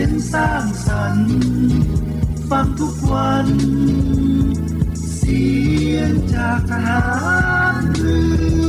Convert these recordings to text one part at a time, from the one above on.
ยงสร้างสรรค์ฟังทุกวันเสียงจากทหารเรือ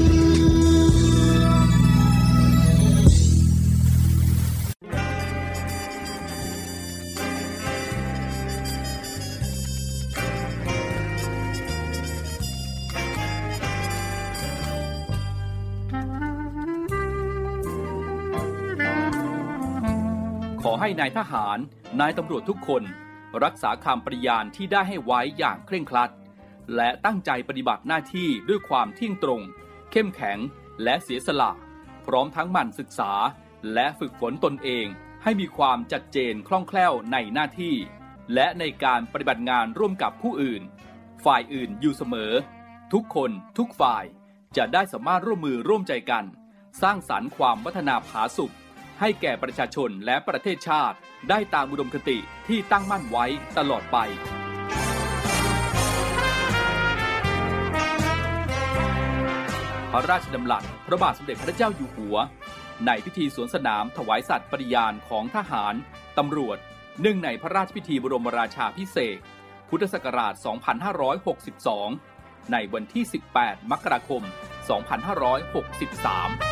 ขอให้นายทหารนายตำรวจทุกคนรักษาคำปฏิญาณที่ได้ให้ไว้อย่างเคร่งครัดและตั้งใจปฏิบัติหน้าที่ด้วยความเที่ยงตรงเข้มแข็งและเสียสละพร้อมทั้งหมั่นศึกษาและฝึกฝนตนเองให้มีความชัดเจนคล่องแคล่วในหน้าที่และในการปฏิบัติงานร่วมกับผู้อื่นฝ่ายอื่นอยู่เสมอทุกคนทุกฝ่ายจะได้สามารถร่วมมือร่วมใจกันสร้างสรรค์ความพัฒนาผาสุกให้แก่ประชาชนและประเทศชาติได้ตามอุดมคติที่ตั้งมั่นไว้ตลอดไปพระราชดำรัสพระบาทสมเด็จพระเจ้าอยู่หัวในพิธีสวนสนามถวายสัตย์ปฏิญาณของทหารตำรวจเนื่องในพระราชพิธีบรมราชาภิเษกพุทธศักราช 2562 ในวันที่ 18 มกราคม 2563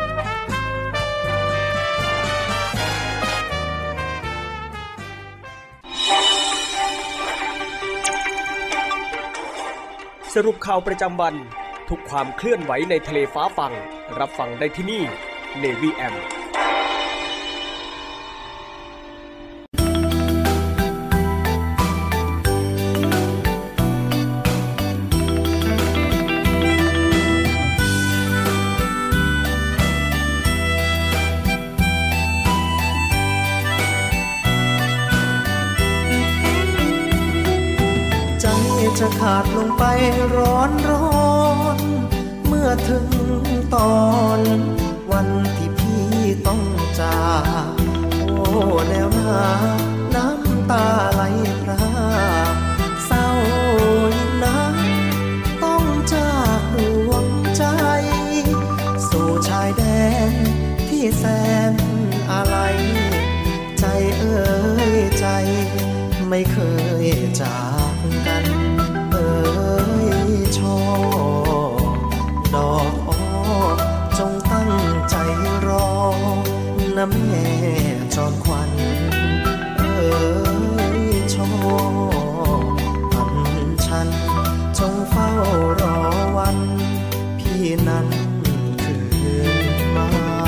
สรุปข่าวประจำวันทุกความเคลื่อนไหวในทะเลฟ้าฟังรับฟังได้ที่นี่ Navy AM จะขาดลงไปร้อนเมื่อถึงตอนวันที่พี่ต้องจากโอ้แล้วนะน้ำตาไหลพรากเศร้านักต้องจากดวงใจสู่ชายแดนที่แสนอะไรใจเอ่ยใจไม่เคยจากกันช่อดอกอ้อจงตั้งใจรอนะแม่จอมขวัญช่ออันฉันจงเฝ้ารอวันพี่นั้นคืนมา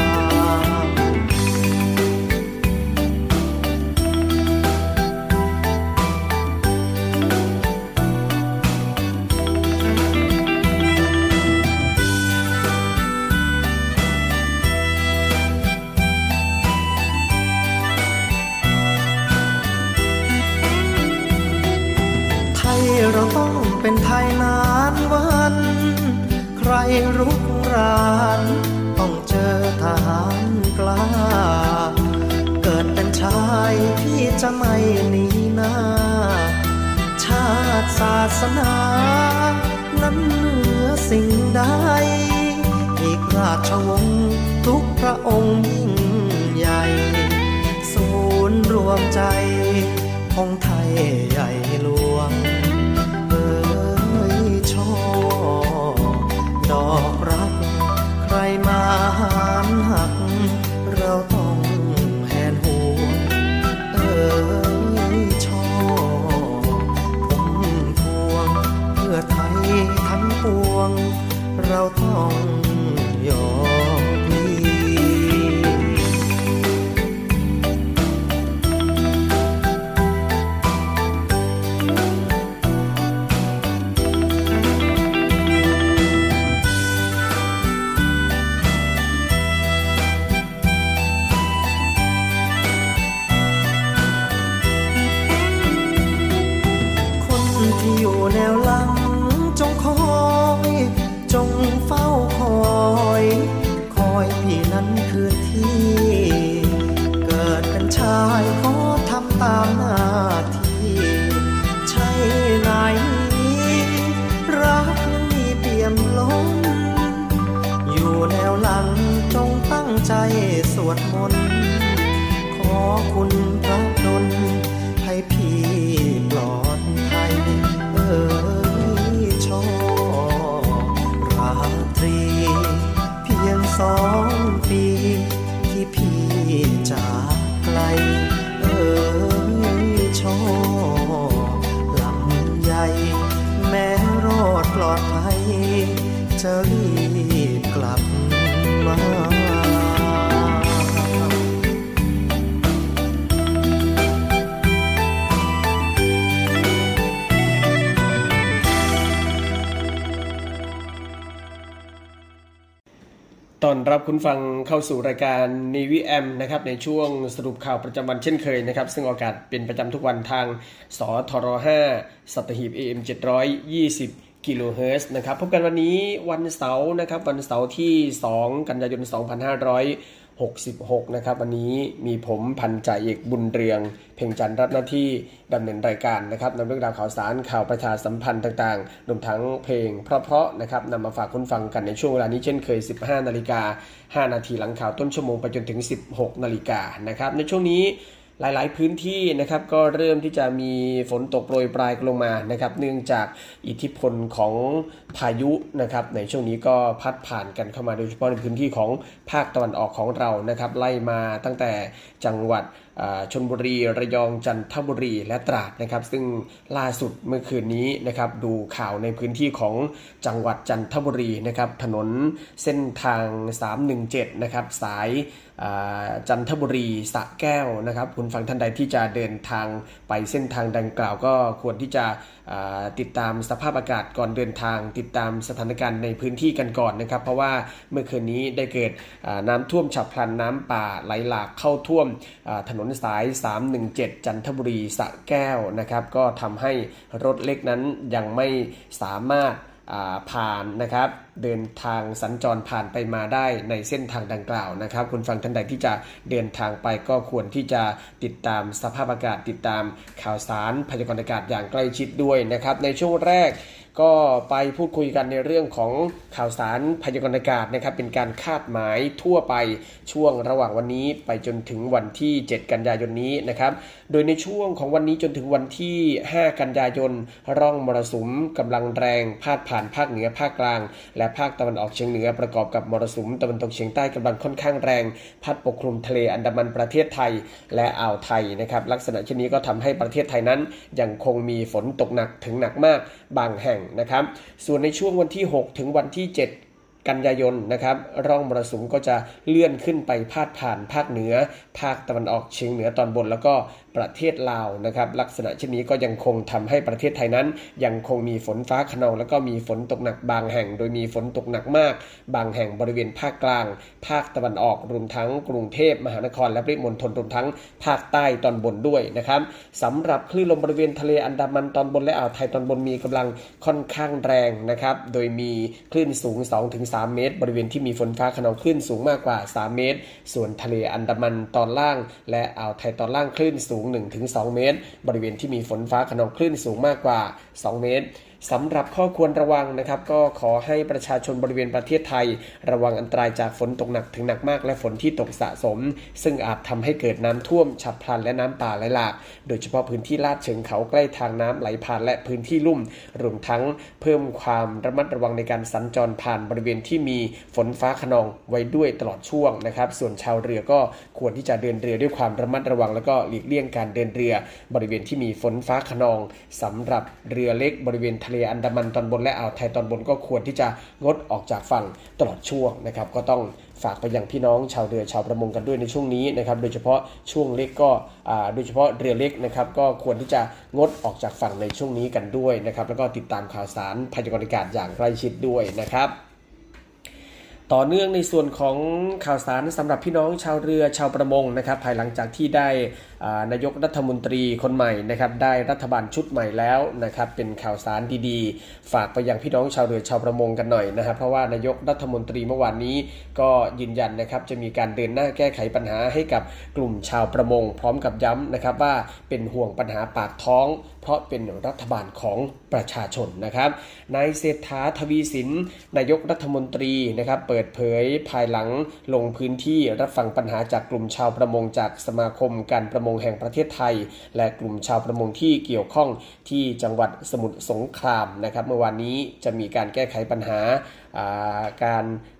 เราต้องเป็นไทยนานวันใครรุกรานต้องเจอทหารกล้าเกิดเป็นชายที่จะไม่หนีหน้าชาติศาสนานั้นเหนือสิ่งใดอีกราชวงศ์ทุกพระองค์ยิ่งใหญ่ศูนย์รวมใจของไทยใหญ่หลวงช่อดอกรักใครมาหักเราต้องแหนหัวช่อผมพวงเพื่อไทยทั้งปวงเราต้องยอมพลีที่อยู่แนวหลังจงคอยจงเฝ้าคอยพี่นั้นคืนที่เกิดเป็นชายขอทำตามหน้าที่ใช่ไหนรักมีเปี่ยมล้นอยู่แนวหลังจงตั้งใจสวดมนต์ขอคุณพระจะรีบกลับมาตอนรับคุณฟังเข้าสู่รายการนีวีแอมนะครับในช่วงสรุปข่าวประจำวันเช่นเคยนะครับซึ่งออกอากาศเป็นประจำทุกวันทางสทร5สัตหีบ AM 720กิโลเฮิรตซ์นะครับพบกันวันนี้วันเสาร์นะครับวันเสาร์ที่2กันยายน2566นะครับวันนี้มีผมพันจ่าเอกบุญเรืองเพ่งจันทร์รับหน้าที่ดำเนินรายการนะครับนำเรื่องราวข่าวสารข่าวประชาสัมพันธ์ต่างๆรวมทั้งเพลงเพราะๆนะครับนำมาฝากคุณฟังกันในช่วงเวลานี้เช่นเคย 15:05 น.หลังข่าวต้นชั่วโมงไปจนถึง 16:00 น.นะครับในช่วงนี้หลายๆพื้นที่นะครับก็เริ่มที่จะมีฝนตกโปรยปลายลงมานะครับเนื่องจากอิทธิพลของพายุนะครับในช่วงนี้ก็พัดผ่านกันเข้ามาโดยเฉพาะในพื้นที่ของภาคตะวันออกของเรานะครับไล่มาตั้งแต่จังหวัดชลบุรีระยองจันทบุรีและตราดนะครับซึ่งล่าสุดเมื่อคืนนี้นะครับดูข่าวในพื้นที่ของจังหวัดจันทบุรีนะครับถนนเส้นทาง317นะครับสายจันทบุรีสระแก้วนะครับคุณฟังท่านใดที่จะเดินทางไปเส้นทางดังกล่าวก็ควรที่จะติดตามสภาพอากาศก่อนเดินทางติดตามสถานการณ์ในพื้นที่กันก่อนนะครับเพราะว่าเมื่อคืนนี้ได้เกิดน้ำท่วมฉับพลันน้ำป่าไหลหลากเข้าท่วมถนนสาย317จันทบุรีสระแก้วนะครับก็ทำให้รถเล็กนั้นยังไม่สามารถผ่านนะครับเดินทางสัญจรผ่านไปมาได้ในเส้นทางดังกล่าวนะครับคุณฟังท่านใดที่จะเดินทางไปก็ควรที่จะติดตามสภาพอากาศติดตามข่าวสารพยากรณ์อากาศอย่างใกล้ชิดด้วยนะครับในช่วงแรกก็ไปพูดคุยกันในเรื่องของข่าวสารพยากรณ์อากาศนะครับเป็นการคาดหมายทั่วไปช่วงระหว่างวันนี้ไปจนถึงวันที่7กันยายนนี้นะครับโดยในช่วงของวันนี้จนถึงวันที่5กันยายนร่องมรสุมกำลังแรงพาดผ่านภาคเหนือภาคกลางและภาคตะวันออกเฉียงเหนือประกอบกับมรสุมตะวันตกเฉียงใต้กำลังค่อนข้างแรงพัดปกคลุมทะเลอันดามันประเทศไทยและอ่าวไทยนะครับลักษณะเช่นนี้ก็ทำให้ประเทศไทยนั้นยังคงมีฝนตกหนักถึงหนักมากบางแห่งนะครับส่วนในช่วงวันที่6ถึงวันที่7กันยายนนะครับร่องมรสุมก็จะเลื่อนขึ้นไปพาดผ่านภาคเหนือภาคตะวันออกเฉียงเหนือตอนบนแล้วก็ประเทศลาวนะครับลักษณะเช่นนี้ก็ยังคงทำให้ประเทศไทยนั้นยังคงมีฝนฟ้าคะนองแล้วก็มีฝนตกหนักบางแห่งโดยมีฝนตกหนักมากบางแห่งบริเวณภาคกลางภาคตะวันออกรวมทั้งกรุงเทพมหานครและปริมณฑลรวมทั้งภาคใต้ตอนบนด้วยนะครับสำหรับคลื่นลมบริเวณทะเลอันดามันตอนบนและอ่าวไทยตอนบนมีกำลังค่อนข้างแรงนะครับโดยมีคลื่นสูง 2-3 เมตรบริเวณที่มีฝนฟ้าคะนองคลื่นสูงมากกว่า3เมตรส่วนทะเลอันดามันตอนล่างและอ่าวไทยตอนล่างคลื่นสูง 1-2 เมตรบริเวณที่มีฝนฟ้าคะนองคลื่นสูงมากกว่า2เมตรสำหรับข้อควรระวังนะครับก็ขอให้ประชาชนบริเวณประเทศไทยระวังอันตรายจากฝนตกหนักถึงหนักมากและฝนที่ตกสะสมซึ่งอาจทำให้เกิดน้ำท่วมฉับพลันและน้ำป่าไหลหลากโดยเฉพาะพื้นที่ลาดเชิงเขาใกล้ทางน้ำไหลผ่านและพื้นที่ลุ่มรวมทั้งเพิ่มความระมัดระวังในการสัญจรผ่านบริเวณที่มีฝนฟ้าคะนองไว้ด้วยตลอดช่วงนะครับส่วนชาวเรือก็ควรที่จะเดินเรือด้วยความระมัดระวังแล้วก็หลีกเลี่ยงการเดินเรือบริเวณที่มีฝนฟ้าคะนองสำหรับเรือเล็กบริเวณทะเลอันดามันตอนบนและอ่าวไทยตอนบนก็ควรที่จะงดออกจากฝั่งตลอดช่วงนะครับก็ต้องฝากไปยังพี่น้องชาวเรือชาวประมงกันด้วยในช่วงนี้นะครับโดยเฉพาะช่วงเล็กก็โดยเฉพาะเรือเล็กนะครับก็ควรที่จะงดออกจากฝั่งในช่วงนี้กันด้วยนะครับแล้วก็ติดตามข่าวสารพยากรณ์อากาศอย่างใกล้ชิดด้วยนะครับต่อเนื่องในส่วนของข่าวสารสำหรับพี่น้องชาวเรือชาวประมงนะครับภายหลังจากที่ได้นายกรัฐมนตรีคนใหม่นะครับได้รัฐบาลชุดใหม่แล้วนะครับเป็นข่าวสารดีๆฝากไปยังพี่น้องชาวเรือชาวประมงกันหน่อยนะครับเพราะว่านายกรัฐมนตรีเมื่อวานนี้ก็ยืนยันนะครับจะมีการเดินหน้าแก้ไขปัญหาให้กับกลุ่มชาวประมงพร้อมกับย้ำนะครับว่าเป็นห่วงปัญหาปากท้องเพราะเป็นรัฐบาลของประชาชนนะครับนายเศรษฐาทวีสินนายกรัฐมนตรีนะครับเปิดเผยภายหลังลงพื้นที่รับฟังปัญหาจากกลุ่มชาวประมงจากสมาคมการประมงแห่งประเทศไทยและกลุ่มชาวประมงที่เกี่ยวข้องที่จังหวัดสมุทรสงครามนะครับเมื่อวานนี้จะมีการแก้ไขปัญหาการ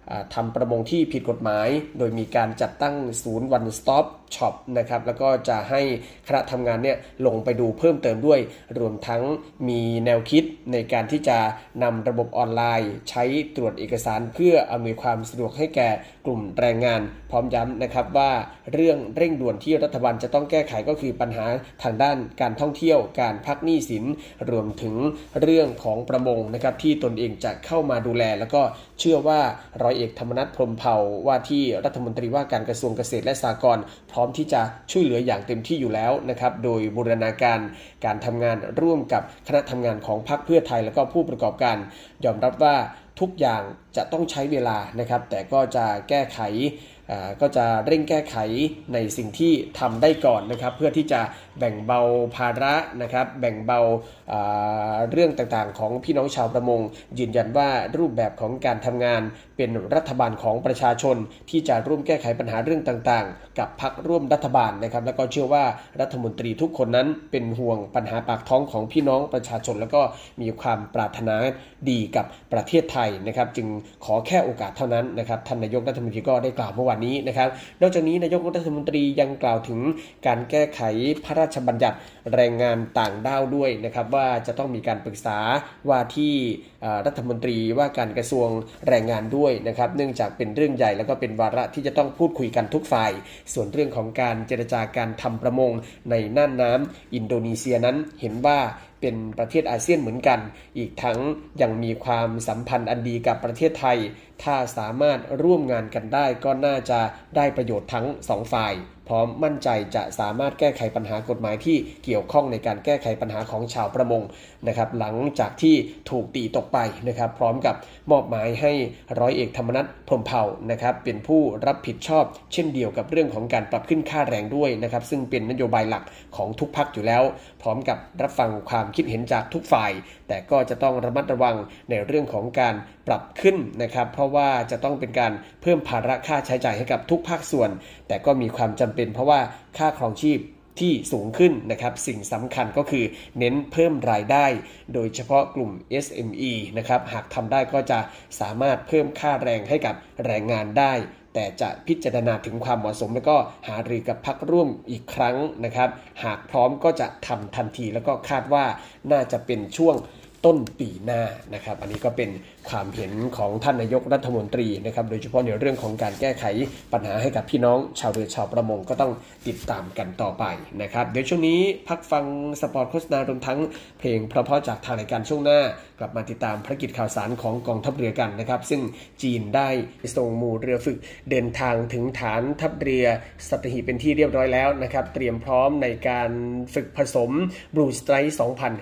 ทำประมงที่ผิดกฎหมายโดยมีการจัดตั้งศูนย์ One Stop Shop นะครับแล้วก็จะให้คณะทำงานเนี่ยลงไปดูเพิ่มเติมด้วยรวมทั้งมีแนวคิดในการที่จะนำระบบออนไลน์ใช้ตรวจเอกสารเพื่ออำนวยความสะดวกให้แก่กลุ่มแรงงานพร้อมย้ำนะครับว่าเรื่องเร่งด่วนที่รัฐบาลจะต้องแก้ไขก็คือปัญหาทางด้านการท่องเที่ยวการพักหนี้สินรวมถึงเรื่องของประมงนะครับที่ตนเองจะเข้ามาดูแลแล้วก็เชื่อว่าร้อยเอกธรรมนัส พรหมเผ่าว่าที่รัฐมนตรีว่าการกระทรวงเกษตรและสหกรณ์พร้อมที่จะช่วยเหลืออย่างเต็มที่อยู่แล้วนะครับโดยบูรณาการการทำงานร่วมกับคณะทำงานของพรรคเพื่อไทยแล้วก็ผู้ประกอบการยอมรับว่าทุกอย่างจะต้องใช้เวลานะครับแต่ก็จะแก้ไขก็จะเร่งแก้ไขในสิ่งที่ทำได้ก่อนนะครับเพื่อที่จะแบ่งเบาภาระนะครับแบ่งเบาเรื่องต่างๆของพี่น้องชาวประมงยืนยันว่ารูปแบบของการทำงานเป็นรัฐบาลของประชาชนที่จะร่วมแก้ไขปัญหาเรื่องต่างๆกับพรรคร่วมรัฐบาลนะครับแล้วก็เชื่อว่ารัฐมนตรีทุกคนนั้นเป็นห่วงปัญหาปากท้องของพี่น้องประชาชนแล้วก็มีความปรารถนาดีกับประเทศไทยนะครับจึงขอแค่โอกาสเท่านั้นนะครับท่านนายกรัฐมนตรีก็ได้กล่าวเมื่อวานนี้นะครับนอกจากนี้นายกรัฐมนตรียังกล่าวถึงการแก้ไขพระราชบัญญัติแรงงานต่างด้าวด้วยนะครับว่าจะต้องมีการปรึกษาว่าที่รัฐมนตรีว่าการกระทรวงแรงงานด้วยนะครับเนื่องจากเป็นเรื่องใหญ่แล้วก็เป็นวาระที่จะต้องพูดคุยกันทุกฝ่ายส่วนเรื่องของการเจรจาการทำประมงในน่านน้ำอินโดนีเซียนั้นเห็นว่าเป็นประเทศอาเซียนเหมือนกันอีกทั้งยังมีความสัมพันธ์อันดีกับประเทศไทยถ้าสามารถร่วมงานกันได้ก็น่าจะได้ประโยชน์ทั้ง2ฝ่ายพร้อมมั่นใจจะสามารถแก้ไขปัญหากฎหมายที่เกี่ยวข้องในการแก้ไขปัญหาของชาวประมงนะครับหลังจากที่ถูกตีตกไปนะครับพร้อมกับมอบหมายให้ร้อยเอกธรรมนัส พรหมเผ่านะครับเป็นผู้รับผิดชอบเช่นเดียวกับเรื่องของการปรับขึ้นค่าแรงด้วยนะครับซึ่งเป็นนโยบายหลักของทุกพรรคอยู่แล้วพร้อมกับรับฟังความคิดเห็นจากทุกฝ่ายแต่ก็จะต้องระมัดระวังในเรื่องของการปรับขึ้นนะครับเพราะว่าจะต้องเป็นการเพิ่มภาระค่าใช้จ่ายให้กับทุกภาคส่วนแต่ก็มีความจำเป็นเพราะว่าค่าครองชีพที่สูงขึ้นนะครับสิ่งสำคัญก็คือเน้นเพิ่มรายได้โดยเฉพาะกลุ่ม SME นะครับหากทำได้ก็จะสามารถเพิ่มค่าแรงให้กับแรงงานได้แต่จะพิจารณาถึงความเหมาะสมแล้วก็หารือกับพรรคร่วมอีกครั้งนะครับหากพร้อมก็จะทำทันทีแล้วก็คาดว่าน่าจะเป็นช่วงต้นปีหน้านะครับอันนี้ก็เป็นความเห็นของท่านนายกรัฐมนตรีนะครับโดยเฉพาะในเรื่องของการแก้ไขปัญหาให้กับพี่น้องชาวเรือชาวประมงก็ต้องติดตามกันต่อไปนะครับเดี๋ยวช่วงนี้พักฟังสปอตโฆษณารวมทั้งเพลงเพราะๆจากทางรายการช่วงหน้ากลับมาติดตามภารกิจข่าวสารของกองทัพเรือกันนะครับซึ่งจีนได้ส่งหมู่เรือฝึกเดินทางถึงฐานทัพเรือสัตหีบเป็นที่เรียบร้อยแล้วนะครับเตรียมพร้อมในการฝึกผสม Blue Strike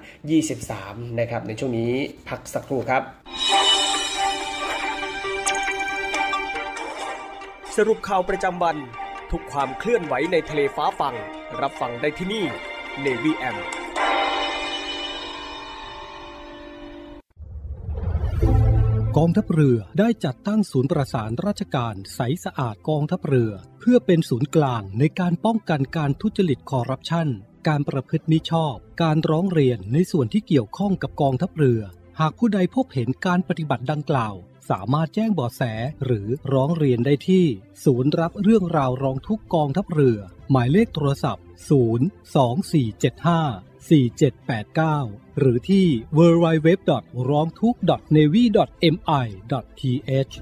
2023 นะครับในช่วงนี้พักสักครู่ครับสรุปข่าวประจำวันทุกความเคลื่อนไหวในทะเลฟ้าฟังรับฟังได้ที่นี่ Navy AM กองทัพเรือได้จัดตั้งศูนย์ประสานราชการใสสะอาดกองทัพเรือเพื่อเป็นศูนย์กลางในการป้องกันการทุจริตคอร์รัปชันการประพฤติมิชอบการร้องเรียนในส่วนที่เกี่ยวข้องกับกองทัพเรือหากผู้ใดพบเห็นการปฏิบัติดังกล่าวสามารถแจ้งเบาะแสหรือร้องเรียนได้ที่ศูนย์รับเรื่องราวร้องทุกข์กองทัพเรือหมายเลขโทรศัพท์024754789หรือที่ www.rongthuk.navy.mi.th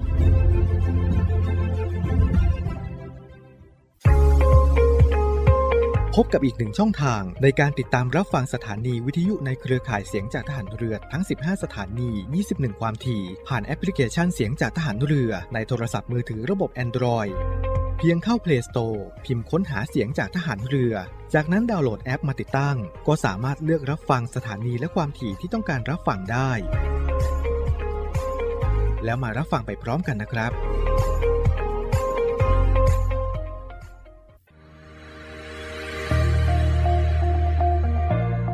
พบกับอีกหนึ่งช่องทางในการติดตามรับฟังสถานีวิทยุในเครือข่ายเสียงจากทหารเรือทั้ง15สถานี21ความถี่ผ่านแอปพลิเคชันเสียงจากทหารเรือในโทรศัพท์มือถือระบบ Android เพียงเข้า Play Store พิมพ์ค้นหาเสียงจากทหารเรือจากนั้นดาวน์โหลดแอปมาติดตั้งก็สามารถเลือกรับฟังสถานีและความถี่ที่ต้องการรับฟังได้แล้วมารับฟังไปพร้อมกันนะครับ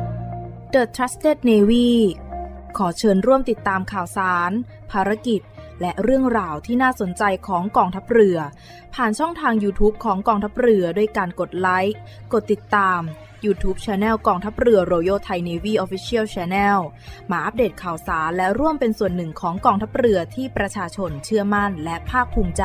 The Trusted Navy ขอเชิญร่วมติดตามข่าวสารภารกิจและเรื่องราวที่น่าสนใจของกองทัพเรือผ่านช่องทาง YouTube ของกองทัพเรือด้วยการกดไลค์กดติดตาม YouTube Channel กองทัพเรือ Royal Thai Navy Official Channel มาอัปเดตข่าวสารและร่วมเป็นส่วนหนึ่งของกองทัพเรือที่ประชาชนเชื่อมั่นและภาคภูมิใจ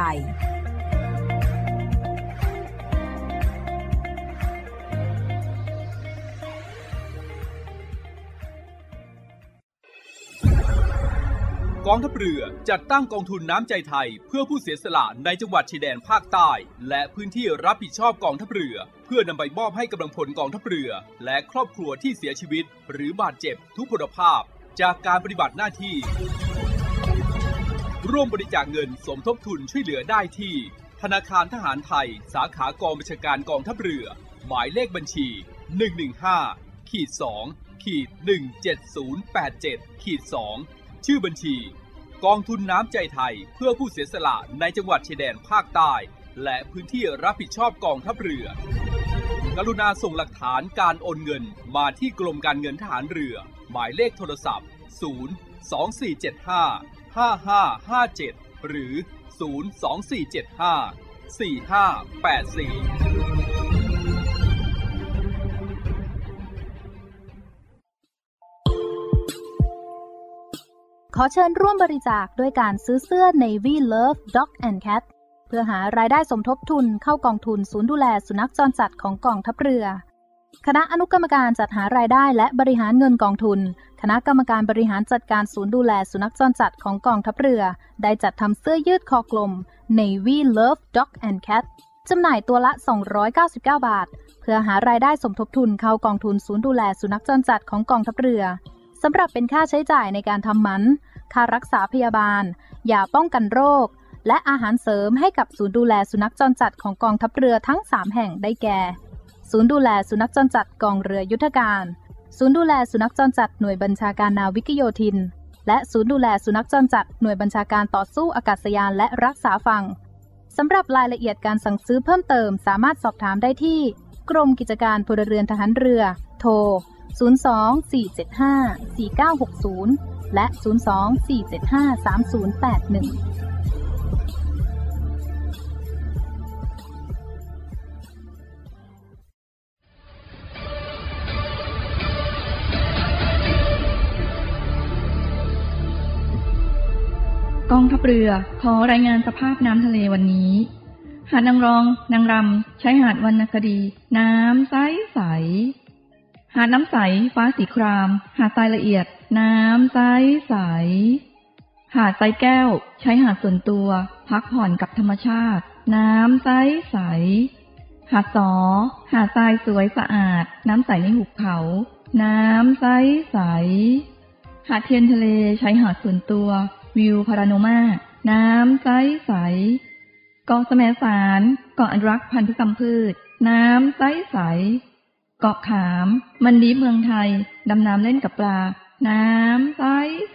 กองทัพเรือจัดตั้งกองทุนน้ำใจไทยเพื่อผู้เสียสละในจังหวัดชายแดนภาคใต้และพื้นที่รับผิดชอบกองทัพเรือเพื่อนำไปมอบให้กำลังพลกองทัพเรือและครอบครัวที่เสียชีวิตหรือบาดเจ็บทุกพลภาพจากการปฏิบัติหน้าที่ร่วมบริจาคเงินสมทบทุนช่วยเหลือได้ที่ธนาคารทหารไทยสาขากองบัญชาการกองทัพเรือหมายเลขบัญชี 115-2-17087-2ชื่อบัญชีกองทุนน้ำใจไทยเพื่อผู้เสียสละในจังหวัดชายแดนภาคใต้และพื้นที่รับผิดชอบกองทัพเรือกรุณาส่งหลักฐานการโอนเงินมาที่กรมการเงินทหารเรือหมายเลขโทรศัพท์024755557หรือ024754584 ขอเชิญร่วมบริจาคด้วยการซื้อเสื้อ Navy Love Dog and Cat เพื่อหารายได้สมทบทุนเข้ากองทุนศูนย์ดูแลสุนัขจรจัดของกองทัพเรือคณะอนุกรรมการจัดหารายได้และบริหารเงินกองทุนคณะกรรมการบริหารจัดการศูนย์ดูแลสุนัขจรจัดของกองทัพเรือได้จัดทำเสื้อยืดคอกลม Navy Love Dog and Cat จำหน่ายตัวละ299 บาทเพื่อหารายได้สมทบทุนเข้ากองทุนศูนย์ดูแลสุนัขจรจัดของกองทัพเรือสำหรับเป็นค่าใช้จ่ายในการทำหมันค่ารักษาพยาบาลยาป้องกันโรคและอาหารเสริมให้กับศูนย์ดูแลสุนัขจรจัดของกองทัพเรือทั้ง3แห่งได้แก่ศูนย์ดูแลสุนัขจรจัดกองเรือยุทธการศูนย์ดูแลสุนัขจรจัดหน่วยบัญชาการนาวิกโยธินและศูนย์ดูแลสุนัขจรจัดหน่วยบัญชาการต่อสู้อากาศยานและรักษาฝั่งสำหรับรายละเอียดการสั่งซื้อเพิ่มเติมสามารถสอบถามได้ที่กรมกิจการพลเรือนทหารเรือโทร024754960และ024753081 กองทัพเรือขอรายงานสภาพน้ำทะเลวันนี้หาดนางรองนางรำชายหาดวรรณคดีน้ำใสหาดน้ำใสฟ้าสีครามหาดทรายละเอียดน้ำใสหาดทรายแก้วใช้หาดส่วนตัวพักผ่อนกับธรรมชาติน้ำใสหาดสอหาดทรายสวยสะอาดน้ำใสในหุบเขาน้ำใสหาดเทียนทะเลใช้หาดส่วนตัววิวพาราโนมาน้ำใสเกาะแสมสารเกาะอนุรักษ์พันธุกรรมพืชน้ำใสเกาะขามมันดีเมืองไทยดำน้ำเล่นกับปลาน้ำใส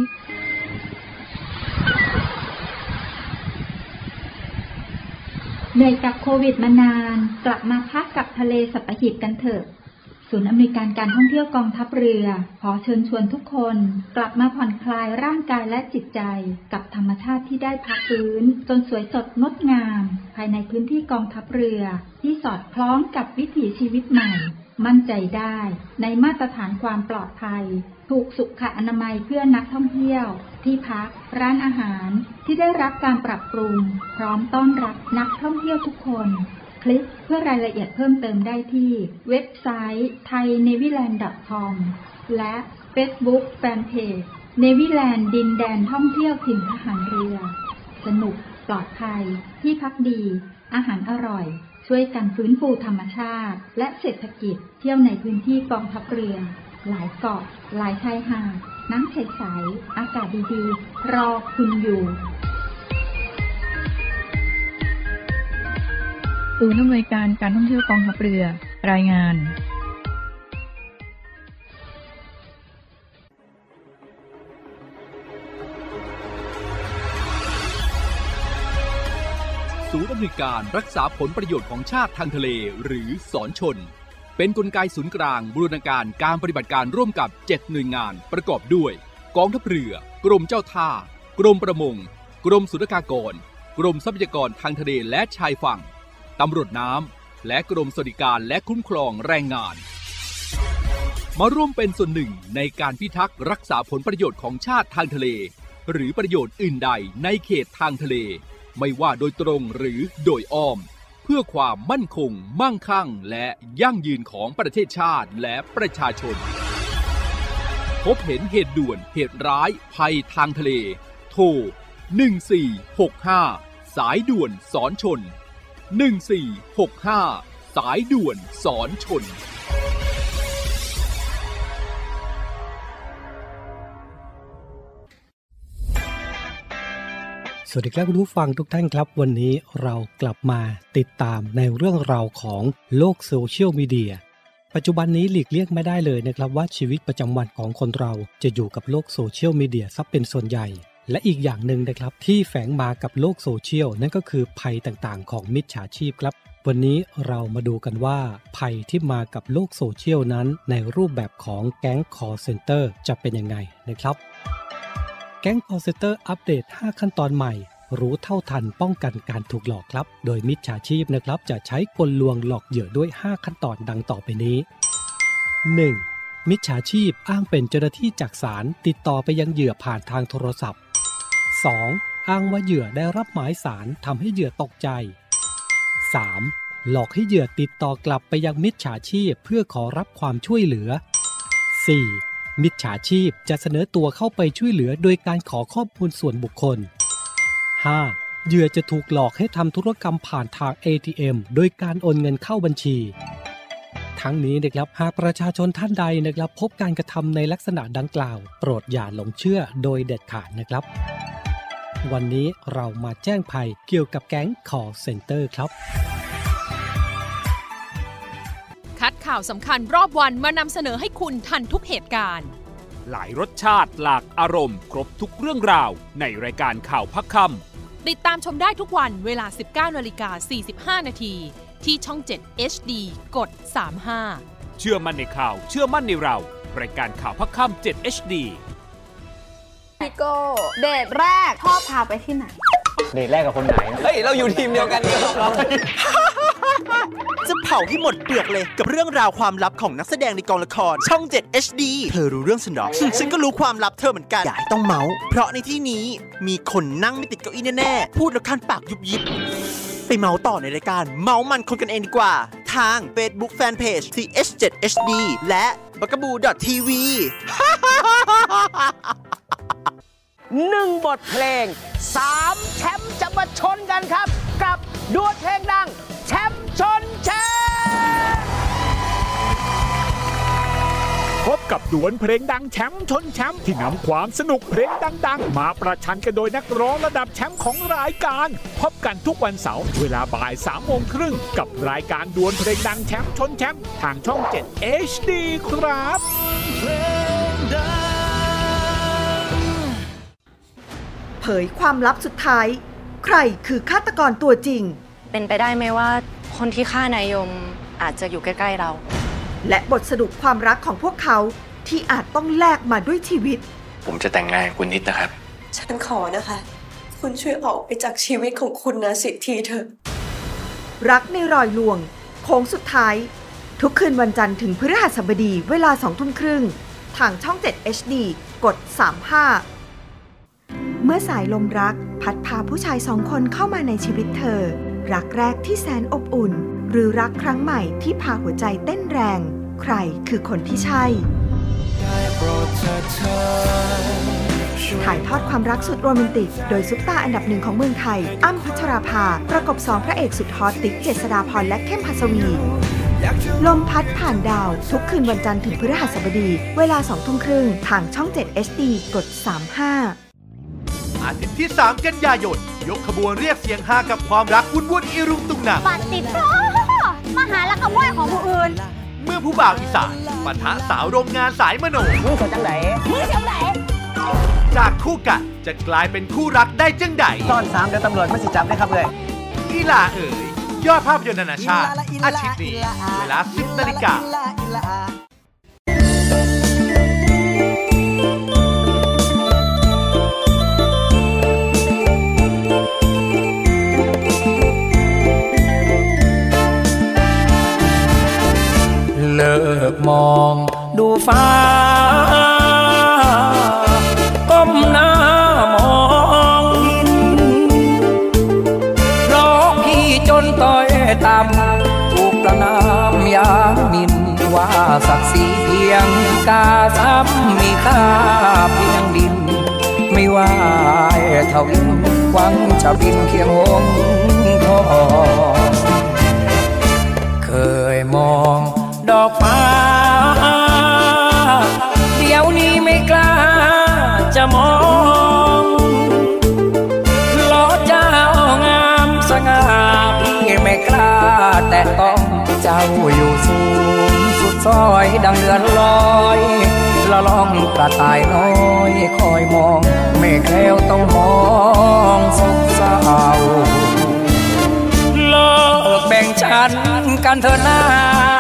เหนื่อยกับโควิดมานานกลับมาพักกับทะเลสัตหีบกันเถอะศูนย์อำนวยการการท่องเที่ยวกองทัพเรือขอเชิญชวนทุกคนกลับมาผ่อนคลายร่างกายและจิตใจกับธรรมชาติที่ได้พักฟื้นจนสวยสดงดงามภายในพื้นที่กองทัพเรือที่สอดคล้องกับวิถีชีวิตใหม่มั่นใจได้ในมาตรฐานความปลอดภัยถูกสุขอนามัยเพื่อนักท่องเที่ยวที่พักร้านอาหารที่ได้รับการปรับปรุงพร้อมต้อนรับนักท่องเที่ยวทุกคนคลิกเพื่อรายละเอียดเพิ่มเติมได้ที่เว็บไซต์ thainewiland.com และ Facebook Fanpage Newiland ดินแดนท่องเที่ยวถิ่นทหารเรือสนุกปลอดภัยที่พักดีอาหารอร่อยช่วยกันฟื้นฟูธรรมชาติและเศรษฐกิจเที่ยวในพื้นที่กองทัพเรือหลายเกาะหลายชายหาดน้ำใสๆอากาศดีๆรอคุณอยู่ศูนย์อำนวยการการท่องเที่ยวกองทัพเรือรายงานศูนย์อำนวยการรักษาผลประโยชน์ของชาติทางทะเลหรือศรชนเป็นกลไกศูนย์กลางบูรณาการการปฏิบัติการร่วมกับ7หน่วยงานประกอบด้วยกองทัพเรือกรมเจ้าท่ากรมประมงรมศุลกากรกรมทรัพยากรทางทะเลและชายฝั่งตำรวจน้ำและกรมสวัสดิการและคุ้มครองแรงงานมาร่วมเป็นส่วนหนึ่งในการพิทักษ์รักษาผลประโยชน์ของชาติทางทะเลหรือประโยชน์อื่นใดในเขตทางทะเลไม่ว่าโดยตรงหรือโดยอ้อมเพื่อความมั่นคงมั่งคั่งและยั่งยืนของประเทศชาติและประชาชนพบเห็นเหตุด่วนเหตุร้ายภัยทางทะเลโทร1465สายด่วนสอนชน1465สายด่วนสอนชนสวัสดีครับคุณผู้ฟังทุกท่านครับวันนี้เรากลับมาติดตามในเรื่องราวของโลกโซเชียลมีเดียปัจจุบันนี้หลีกเลี่ยงไม่ได้เลยนะครับว่าชีวิตประจำวันของคนเราจะอยู่กับโลกโซเชียลมีเดียซะเป็นส่วนใหญ่และอีกอย่างหนึ่งนะครับที่แฝงมากับโลกโซเชียลนั่นก็คือภัยต่างๆของมิจฉาชีพครับวันนี้เรามาดูกันว่าภัยที่มากับโลกโซเชียลนั้นในรูปแบบของแก๊ง call center จะเป็นยังไงนะครับแก๊ง call center อัปเดต5ขั้นตอนใหม่รู้เท่าทันป้องกันการถูกหลอกครับโดยมิจฉาชีพนะครับจะใช้กลลวงหลอกเหยื่อด้วย5ขั้นตอนดังต่อไปนี้ 1. มิจฉาชีพอ้างเป็นเจ้าหน้าที่จากศาลติดต่อไปยังเหยื่อผ่านทางโทรศัพท์ 2. อ้างว่าเหยื่อได้รับหมายศาลทำให้เหยื่อตกใจ 3. หลอกให้เหยื่อติดต่อกลับไปยังมิจฉาชีพเพื่อขอรับความช่วยเหลือ 4. มิจฉาชีพจะเสนอตัวเข้าไปช่วยเหลือโดยการขอข้อมูลส่วนบุคคล 5. เหยื่อจะถูกหลอกให้ทำธุรกรรมผ่านทาง ATM โดยการโอนเงินเข้าบัญชีทั้งนี้นะครับหากประชาชนท่านใดนะครับพบการกระทำในลักษณะดังกล่าวโปรดอย่าหลงเชื่อโดยเด็ดขาดนะครับวันนี้เรามาแจ้งภัยเกี่ยวกับแก๊ง call center ครับคัดข่าวสำคัญรอบวันมานำเสนอให้คุณทันทุกเหตุการณ์หลายรสชาติหลากอารมณ์ครบทุกเรื่องราวในรายการข่าวพักค่ำติดตามชมได้ทุกวันเวลา 19:45 น.ที่ช่อง 7 HD กด 35 เชื่อมั่นในข่าวเชื่อมั่นในเรารายการข่าวพักค่ำ7 HD พี่โก้เดทแรกชอบพาไปที่ไหนเดทแรกกับคนไหนเฮ้ยเราอยู่ทีมเดียวกันนี่ครับจะเผาให้หมดเปลือกเลยกับเรื่องราวความลับของนักแสดงในกองละครช่อง 7 HD เธอรู้เรื่องฉันหรอ ฉันก็รู้ความลับเธอเหมือนกันอย่าให้ต้องเมาเพราะในที่นี้มีคนนั่งไม่ติดเก้าอี้แน่ๆพูดแล้วคันปากยุบยิบไปเมาต่อในรายการเมามันคนกันเองดีกว่าทาง Facebook Fanpage TH7HD และ bugaboo.tv 1 บทเพลง 3 แชมป์จะมาชนกันครับกับดวลเพลงดังแชมป์ชนแชมป์พบกับดวลเพลงดังแชมป์ชนแชมป์ที่นำความสนุกเพลงดังๆมาประชันกันโดยนักร้องระดับแชมป์ของรายการพบกันทุกวันเสาร์เวลาบ่าย 3:30 กับรายการดวลเพลงดังแชมป์ชนแชมป์ทางช่อง 7 HD ครับเผยความลับสุดท้ายใครคือฆาตกรตัวจริงเป็นไปได้ไหมว่าคนที่ฆ่านายยมอาจจะอยู่ใกล้ๆเราและบทสรุปความรักของพวกเขาที่อาจต้องแลกมาด้วยชีวิตผมจะแต่งงานกับคุณนิดนะครับฉันขอนะคะคุณช่วยออกไปจากชีวิตของคุณนะสิทธีเถอะรักในรอยลวงโค้งสุดท้ายทุกคืนวันจันทร์ถึงพฤหัสบดีเวลา 20:30 น.ทางช่อง 7 HD กด 35เมื่อสายลมรักพัดพาผู้ชาย2 คนเข้ามาในชีวิตเธอรักแรกที่แสนอบอุ่นหรือรักครั้งใหม่ที่พาหัวใจเต้นแรงใครคือคนที่ใช่ถ่ายทอดความรักสุดโรแมนติกโดยซุปตาอันดับ1ของเมืองไทยอ้ำพัชราภาประกบ2พระเอกสุดฮอตติ๊กเจษฎาพรและเข้มหัสวีลมพัดผ่านดาวทุกคืนวันจันทร์ถึงพฤหัสบดีเวลา 20:30 น.ทางช่อง 7 HD กด 35 อาทิตย์ที่ 3 กันยายนยกขบวนเรียกเสียงฮากับความรักวุ่นๆอีรุงตุงนังปัดติดโซ่มาหาลักขโมยของผู้อื่นเมื่อผู้บ่าวอีสานปะทะสาวโรงงานสายมโนมึงเสียจังไหนจากคู่กัดจะกลายเป็นคู่รักได้จังใดซ่อน3เดี๋ยวตำรวจมาสิจับได้ครับเลยอีหล่าเอ๋ยยอดภาพยนตร์นานาชาติอาทิตย์นี้เวลา 10 นาฬิกาศักดิ์ศรีเพียงกาซ้ำมีค่าเพียงดินไม่ว่าเท่าอินหวังจะบินเคียงหงทองเคยมองดอกฟ้าเดี๋ยวนี้ไม่กล้าจะมองล้อเจ้างามสง่าพี่ไม่กล้าแต่ต้องเจ้าอยู่สูงสุดซอยดังเดือนลอยละล่องกระต่ายน้อยคอยมองไม่แคล้วต้องมองสกเศร้าเลิกแบ่งฉันกันเถอะนะ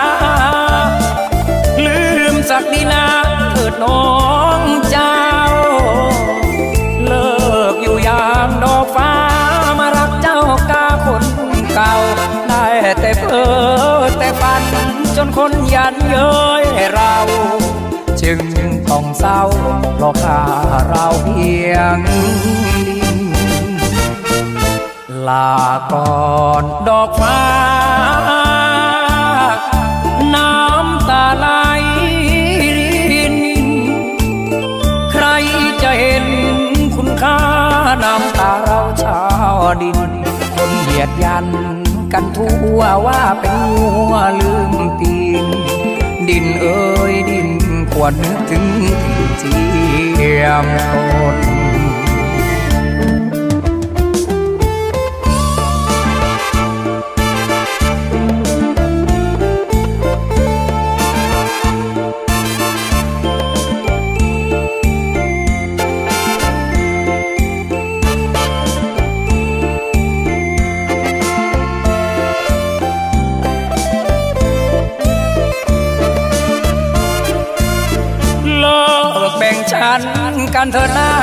ลืมสักดีนาเถิดน้องเจ้าเลิกอยู่ยามดอกฟ้ามารักเจ้ากาคนเก่าได้แต่เพ้อแต่ฝันจนคนยันเย้ยเราจึงต้องเศร้าเพราะข้าเราเพียงดินลาก่อนดอกฟ้าน้ำตาไหลรินใครจะเห็นคุณค่าน้ำตาเราชาวดินคนเหยียดยันกันทั่วว่าเป็นงัวลืมตีนดินเอ้ยดินควรนึกถึงที่เจียมต้นแบ่งฉันกันเถิดนะ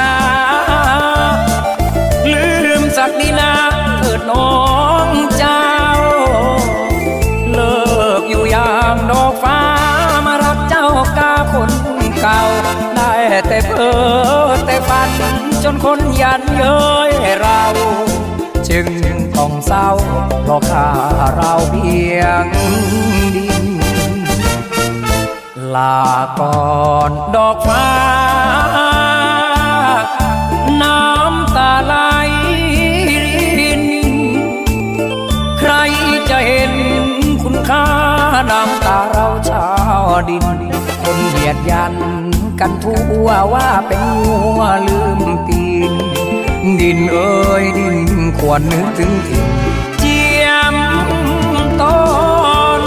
ลืมสักดีนาเถิดน้องเจ้าเลิกอยู่ยามดอกฟ้ามารักเจ้ากาคนเก่าได้แต่เพ้อแต่ฝันจนคนยันเย้ยเราจึงต้องเศร้าเพราะข้าเราเพียงดินลาก่อนดอกฟ้าน้ำตาไหลรินใครจะเห็นคุณค่าน้ำตาเราชาวดินคนเหยียดยันกันทั่วว่าเป็นงัวลืมตีนดินเอ้ยดินควรนึกถึงถิ่นเจียมต้น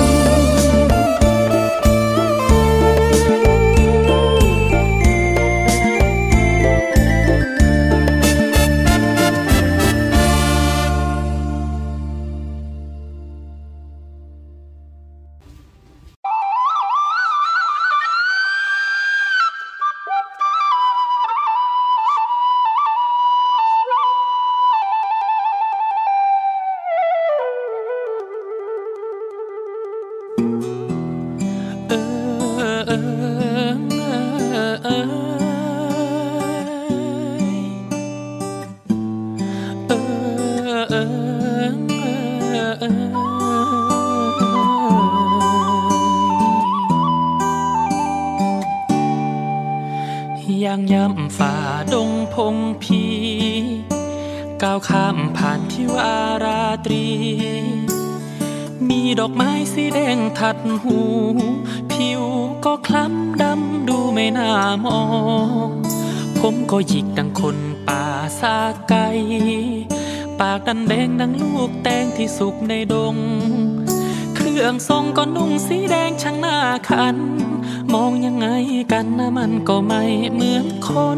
ย่างย่ำฝ่าดงพงพีก้าวข้ามผ่านที่วาราตรีมีดอกไม้สีแดงทัดหูผิวก็คล้ำดำดูไม่น่ามองผมก็หยิกดังคนป่าซาไกปากดันแดงดังลูกแตงที่สุกในดงเครื่องทรงก็นุ่งสีแดงช่างน่าขันมองยังไงกันนะมันก็ไม่เหมือนคน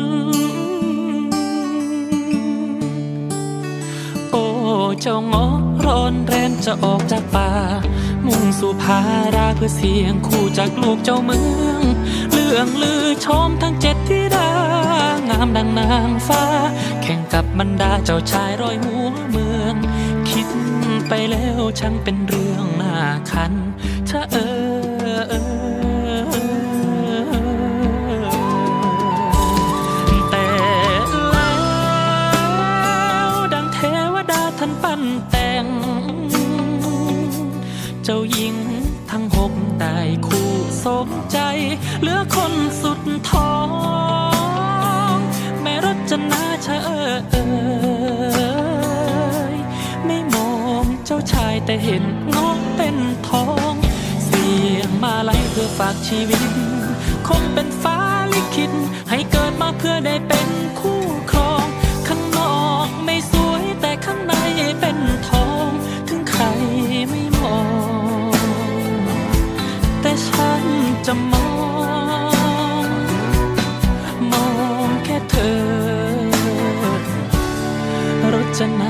โอ้เจ้าง้อร้อนแรงจะออกจากป่ามุ่งสู่พาราเพื่อเสียงคู่จากลูกเจ้าเมืองเรื่องลือชมทั้ง7ธิดางามดังนางฟ้าแข่งกับบรรดาเจ้าชายร้อยหัวเมืองคิดไปแล้วช่างเป็นเรื่องน่าคันถ้าแต่แล้วดังเทวดาท่านปั้นแต่งเจ้าหญิงทั้ง6ได้คู่สมใจเหลือคนสุดท้องแม่รจนาเชยไม่มองเจ้าชายแต่เห็นน้องเป็นทองเสียงมาลัยเพื่อฝากชีวิตคงเป็นฟ้าลิขิตให้เกิดมาเพื่อได้เป็นคู่ครองข้างนอกไม่สวยแต่ข้างในเป็นทองถึงใครไม่มองแต่ฉันจะมองแค่เธอรจนา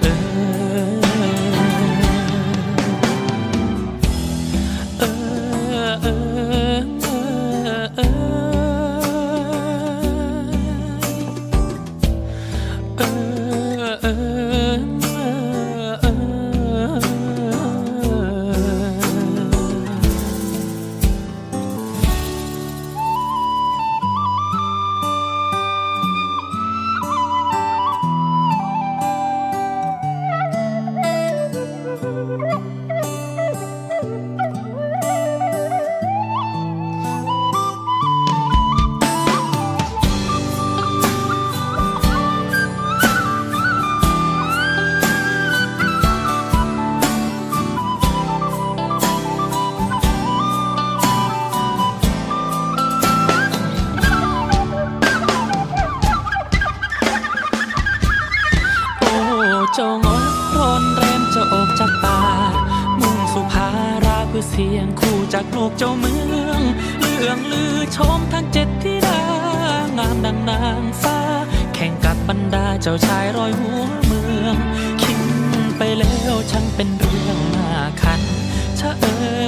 เจ้างดร้อนแรมจะออกจากป่ามุ่งสุภาราเพื่อเสียงคู่จากลูกเจ้าเมืองเรื่องลือชมทั้ง7ธิดางามดังนางฟ้าแข่งกับบรรดาเจ้าชายร้อยหัวเมืองคิดไปแล้วช่างเป็นเรื่องน่าคันชะ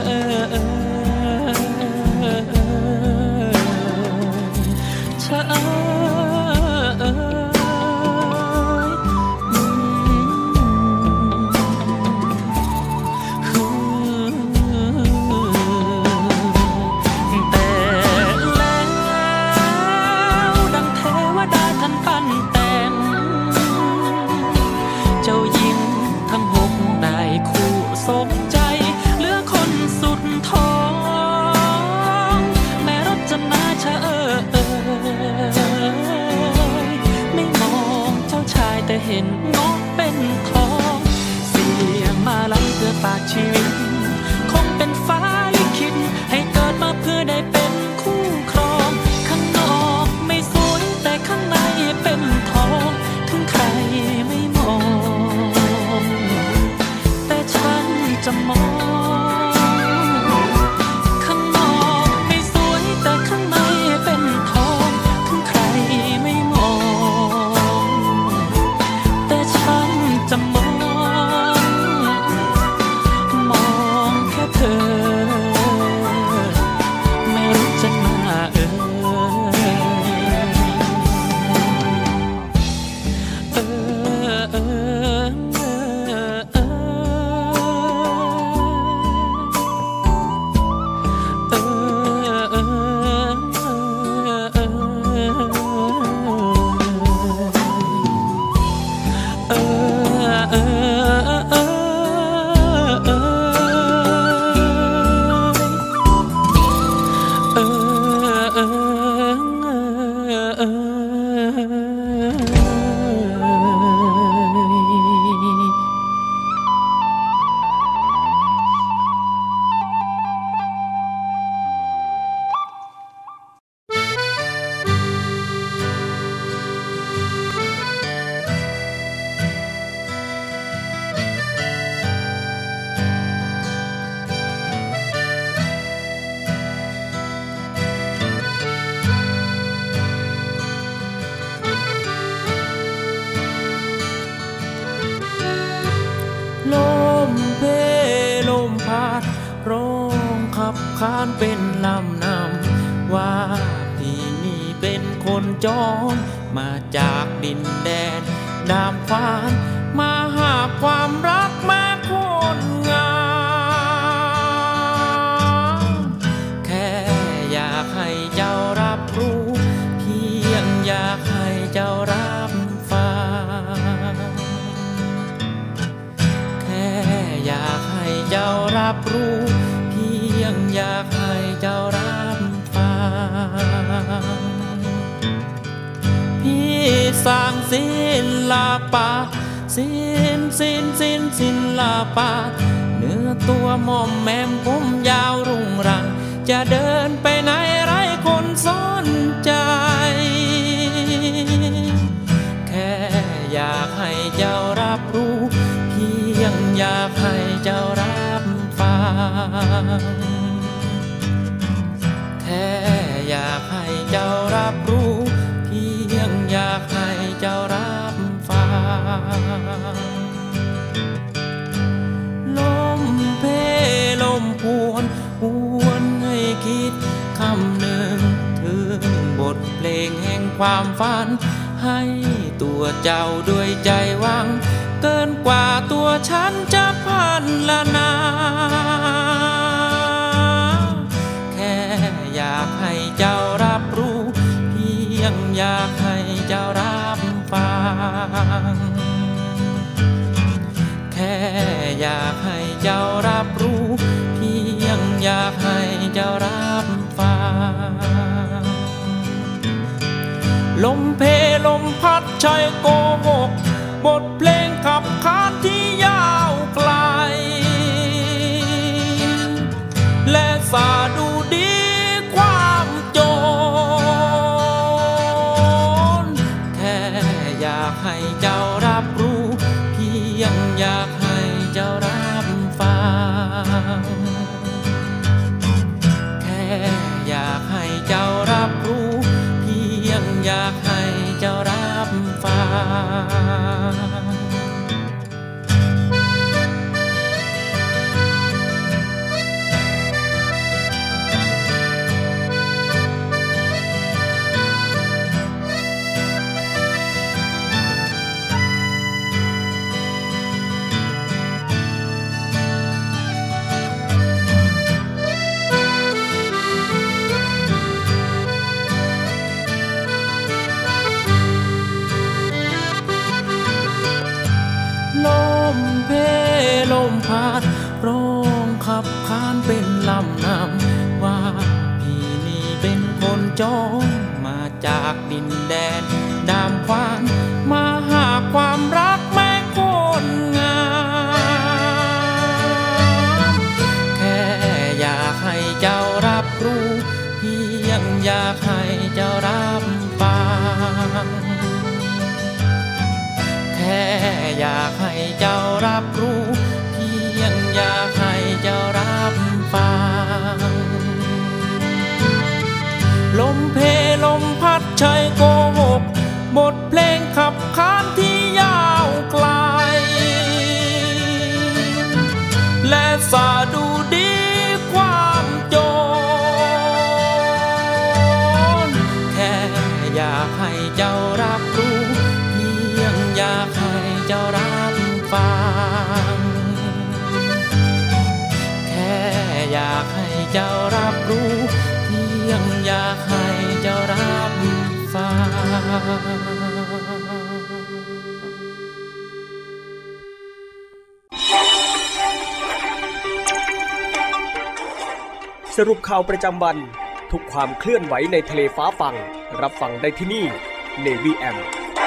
ชะสมใจเหลือคนสุดท้องแม่รจนาเชยไม่มองเจ้าชายแต่เห็นน้องเป็นทองเสียงมาลัยเพื่อฝากชีวิตคงเป็นฟ้าลิขิตให้เกิดมาเพื่อได้เป็นคู่ครองข้างนอกไม่สวยแต่ข้างในเป็นทองถึงใครไม่มองจะมองข้างนอกไม่สวยแต่ข้างในเป็นทองถึงใครไม่มองแต่ฉันจะมองแค่เธอไม่รู้จะมาขานเป็นลำนำว่าพี่นี่เป็นคนจรมาจากดินแดนดามฟ้ามาหาความรักมาคนงามแค่อยากให้เจ้ารับรู้เพียงอยากให้เจ้ารับฟังแค่อยากให้เจ้ารับรู้อยากให้เจ้ารัศิลปะศิลปะเนื้อตัวมอมแมมผมยาวรุ่งรังจะเดินไปไหนไร้คนสนใจแค่อยากให้เจ้ารับรู้เพียงอยากให้เจ้ารับฟังแค่อยากให้เจ้ารับรู้เพียงอยากให้เจ้ารับฟังลมเพลมพวนหวนให้คิดคำหนึ่งถึงบทเพลงแห่งความฝันให้ตัวเจ้าด้วยใจหวังเกินกว่าตัวฉันจะพันละนาแค่อยากให้เจ้ารับรู้เพียงอยากให้เจ้ารับฟังแค่อยากให้เจ้ารับรู้เพียงอยากให้เจ้ารับฟังลมเพลมพัดใช่โกหกบทเพลงขับขานที่ยาวไกลและสาดูดีความโจรแค่อยากให้เจ้ารับรู้เพียงอยากให้เจ้ารับฟังแค่อยากให้เจ้ารับรู้เพียงอยากให้เจ้ารับฟังลมพัดร้องขับขานเป็นลำนำว่าพี่นี่เป็นคนจองมาจากดินแดนดามขวานมาหาความรักแม่คนงามแค่อยากให้เจ้ารับรู้เพียงอยากให้เจ้ารับฟังแค่อยากให้เจ้ารับรู้เพียงอยากให้เจ้ารับฟังลมเพลมพัดใช่โกหกบทเพลงขับขานที่ยาวไกลและสาดูดีความโจรแค่อยากให้เจ้ารับรู้เพียงอยากให้เจ้ารับฟังแค่อยากให้เจ้ารับรู้เพียงอยากให้เจ้ารับฟังสรุปข่าวประจำวันทุกความเคลื่อนไหวในทะเลฟ้าฟังรับฟังได้ที่นี่ Navy AM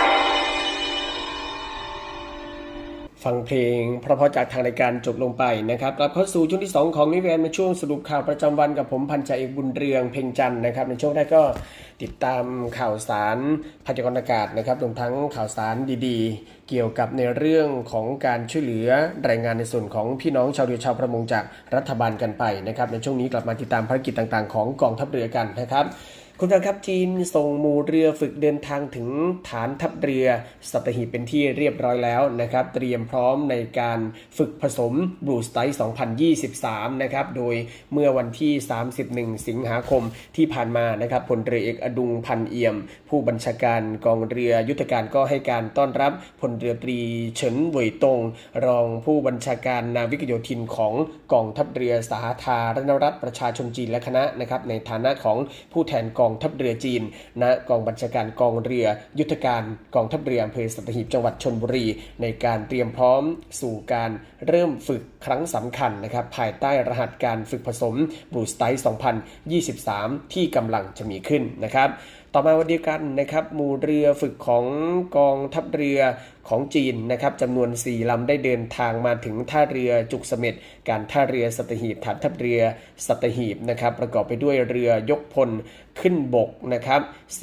ฟังเพลงเพราะๆจากทางรายการจบลงไปนะครับกลับเข้าสู่ช่วงที่2ของNavy AMในช่วงสรุปข่าวประจำวันกับผมพันจ่าเอกบุญเรืองเพ็งจันทร์นะครับในช่วงแรกก็ติดตามข่าวสารพยากรณ์อากาศนะครับรวมทั้งข่าวสารดีๆเกี่ยวกับในเรื่องของการช่วยเหลือรายงานในส่วนของพี่น้องชาวเรือชาวประมงจากรัฐบาลกันไปนะครับในช่วงนี้กลับมาติดตามภารกิจต่างๆของกองทัพเรือกันนะครับคุณผู้ชมครับจีนส่งหมู่เรือฝึกเดินทางถึงฐานทัพเรือสัตหีบเป็นที่เรียบร้อยแล้วนะครับเตรียมพร้อมในการฝึกผสมบลูสไตล์2023นะครับโดยเมื่อวันที่31สิงหาคมที่ผ่านมานะครับพลเรือเอกอดุงพันเอี่ยมผู้บัญชาการกองเรือยุทธการก็ให้การต้อนรับพลเรือตรีเฉินเหวยตงรองผู้บัญชาการนาวิกโยธินของกองทัพเรือสาธารณรัฐประชาชนจีนและคณะนะครับในฐานะของผู้แทนกองทัพเรือจีนณกองบัญชาการกองเรือยุทธการกองทัพเรืออำเภอสัตหีบจังหวัดชลบุรีในการเตรียมพร้อมสู่การเริ่มฝึกครั้งสำคัญนะครับภายใต้รหัสการฝึกผสมบลูสไตล์2023ที่กำลังจะมีขึ้นนะครับต่อมาวันเดียวกันนะครับหมู่เรือฝึกของกองทัพเรือของจีนนะครับจำนวน4ลำได้เดินทางมาถึงท่าเรือจุกเสม็ดการท่าเรือสัตหีบฐานทัพเรือสัตหีบนะครับประกอบไปด้วยเรือยกพลขึ้นบกนะครับ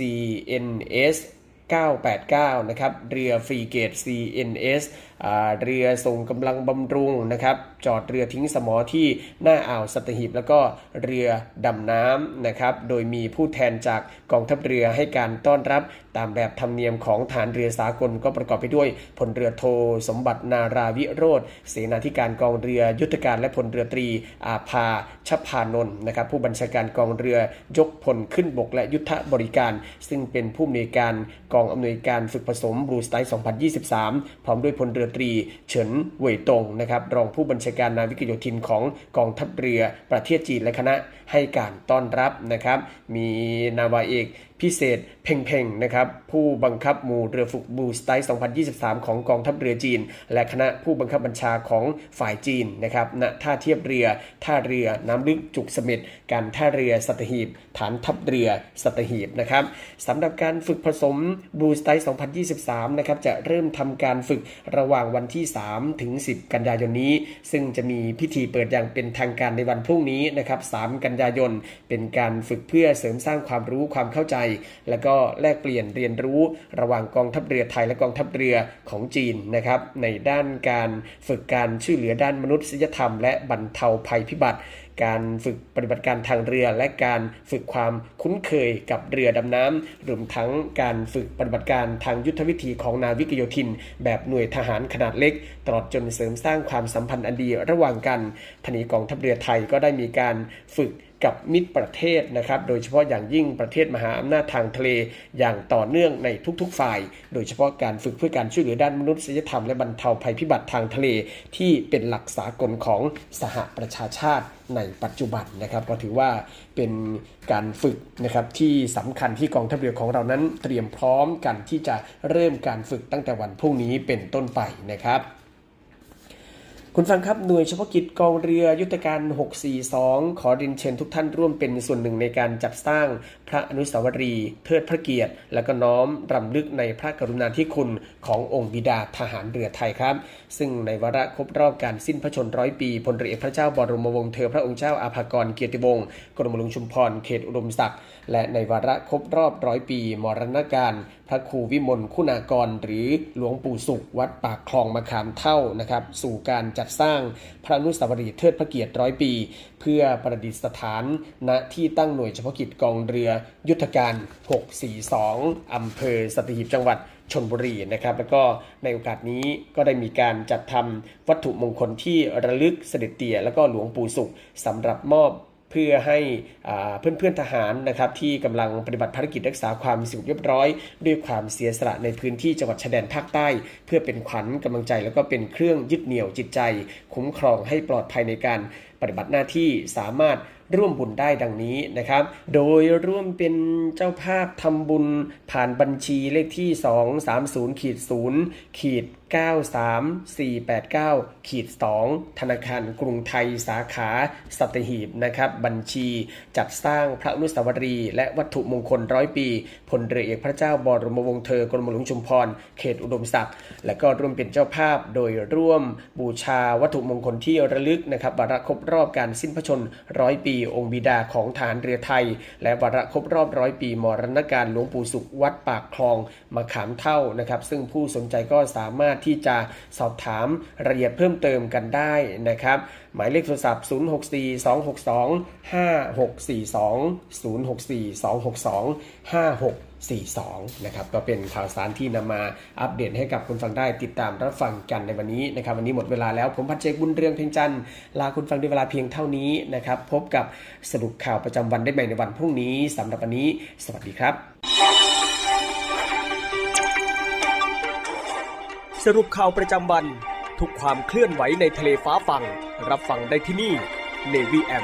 CNS 989นะครับเรือฟรีเกต CNS เรือส่งกำลังบำรุงนะครับจอดเรือทิ้งสมอที่หน้าอ่าวสัตหีบแล้วก็เรือดำน้ำนะครับโดยมีผู้แทนจากกองทัพเรือให้การต้อนรับตามแบบธรรมเนียมของฐานเรือสากลก็ประกอบไปด้วยพลเรือโทสมบัตินาราวิโรจน์เสนาธิการกองเรือยุทธการและพลเรือตรีอาภาชพานนท์นะครับผู้บัญชาการกองเรือยกพลขึ้นบกและยุทธบริการซึ่งเป็นผู้อำนวยการกองอำนวยการฝึกผสมบลูสไตล์2023พร้อมด้วยพลเรือตรีเฉินเว่ยตงนะครับรองผู้บัญชาการนาวิกโยธินของกองทัพเรือประเทศจีนและคณะให้การต้อนรับนะครับมีนาวาเอกพิเศษเพ่งนะครับผู้บังคับหมู่เรือฝึกบลูสไตล์2023ของกองทัพเรือจีนและคณะผู้บังคับบัญชาของฝ่ายจีนนะครับณท่าเทียบเรือท่าเรือน้ำลึกจุกเสม็ดการท่าเรือสัตหีบฐานทัพเรือสัตหีบนะครับสำหรับการฝึกผสมบลูสไตล์2023นะครับจะเริ่มทำการฝึกระหว่างวันที่3ถึง10กันยายนนี้ซึ่งจะมีพิธีเปิดอย่างเป็นทางการในวันพรุ่งนี้นะครับ3กันยายนเป็นการฝึกเพื่อเสริมสร้างความรู้ความเข้าใจแล้วก็แลกเปลี่ยนเรียนรู้ระหว่างกองทัพเรือไทยและกองทัพเรือของจีนนะครับในด้านการฝึกการช่วยเหลือด้านมนุษยธรรมและบรรเทาภัยพิบัติการฝึกปฏิบัติการทางเรือและการฝึกความคุ้นเคยกับเรือดำน้ำรวมทั้งการฝึกปฏิบัติการทางยุทธวิธีของนาวิกโยธินแบบหน่วยทหารขนาดเล็กตลอดจนเสริมสร้างความสัมพันธ์อันดีระหว่างกันทางกองทัพเรือไทยก็ได้มีการฝึกกับมิตรประเทศนะครับโดยเฉพาะอย่างยิ่งประเทศมหาอำนาจทางทะเลอย่างต่อเนื่องในทุกๆฝ่ายโดยเฉพาะการฝึกเพื่อการช่วยเหลือด้านมนุษยธรรมและบรรเทาภัยพิบัติทางทะเลที่เป็นหลักสากลของสหประชาชาติในปัจจุบันนะครับก็ถือว่าเป็นการฝึกนะครับที่สำคัญที่กองทัพเรือของเรานั้นเตรียมพร้อมกันที่จะเริ่มการฝึกตั้งแต่วันพรุ่งนี้เป็นต้นไปนะครับคุณฟังครับหน่วยเฉพาะกิจกองเรือยุทธการ642ขอเรียนเชิญทุกท่านร่วมเป็นส่วนหนึ่งในการจัดสร้างพระอนุสาวรีย์เทิดพระเกียรติและก็น้อมรำลึกในพระกรุณาธิคุณขององค์บิดาทหารเรือไทยครับซึ่งในวาระครบรอบการสิ้นพระชนม์100 ปีพลเรือเอกพระเจ้าบรมวงศ์เธอพระองค์เจ้าอาภากรเกียรติวงศ์กรมหลวงชุมพรเขตอุดมศักดิ์และในวาระครบรอบ100 ปีมรณการพระครูวิมลคุณากรหรือหลวงปู่สุขวัดปากคลองมะขามเท่านะครับสู่การจัดสร้างพระอนุสาวรีย์เทิดพระเกียรติ100 ปีเพื่อประดิษฐานณที่ตั้งหน่วยเฉพาะกิจกองเรือยุทธการ642อำเภอสัตหีบจังหวัดชลบุรีนะครับแล้วก็ในโอกาสนี้ก็ได้มีการจัดทำวัตถุมงคลที่ระลึกเสด็จเตี่ยแล้วก็หลวงปู่สุขสำหรับมอบเพื่อให้เพื่อนๆทหารนะครับที่กำลังปฏิบัติภารกิจรักษาความสงบเรียบร้อยด้วยความเสียสละในพื้นที่จังหวัดชายแดนภาคใต้เพื่อเป็นขวัญกำลังใจแล้วก็เป็นเครื่องยึดเหนี่ยวจิตใจคุ้มครองให้ปลอดภัยในการปฏิบัติหน้าที่สามารถร่วมบุญได้ดังนี้นะครับโดยร่วมเป็นเจ้าภาพทำบุญผ่านบัญชีเลขที่230-0-93489-2ธนาคารกรุงไทยสาขาสัตหีบนะครับบัญชีจัดสร้างพระอนุสาวรีย์และวัตถุมงคล100 ปีพลเรือเอกพระเจ้าบรมวงศ์เธอกรมหลวงชุมพรเขตอุดมศักดิ์และก็ร่วมเป็นเจ้าภาพโดยร่วมบูชาวัตถุมงคลที่ระลึกนะครับวาระครบรอบการสิ้นพระชนม์100 ปีองค์บิดาของทหารเรือไทยและวาระครบรอบ100 ปีมรณการหลวงปู่สุขวัดปากคลองมะขามเท่านะครับซึ่งผู้สนใจก็สามารถที่จะสอบถามรายละเอียดเพิ่มเติมกันได้นะครับหมายเลขโทรศัพท์064-262-564-264-262-5642นะครับก็เป็นข่าวสารที่นำมาอัปเดตให้กับคุณฟังได้ติดตามรับฟังกันในวันนี้นะครับวันนี้หมดเวลาแล้วผมพันเจกบุญเรืองเพ็งจันทร์ลาคุณฟังด้วยเวลาเพียงเท่านี้นะครับพบกับสรุปข่าวประจำวันได้ใหม่ในวันพรุ่งนี้สำหรับวันนี้สวัสดีครับสรุปข่าวประจำวันทุกความเคลื่อนไหวในทะเลฟ้าฟังรับฟังได้ที่นี่ Navy AM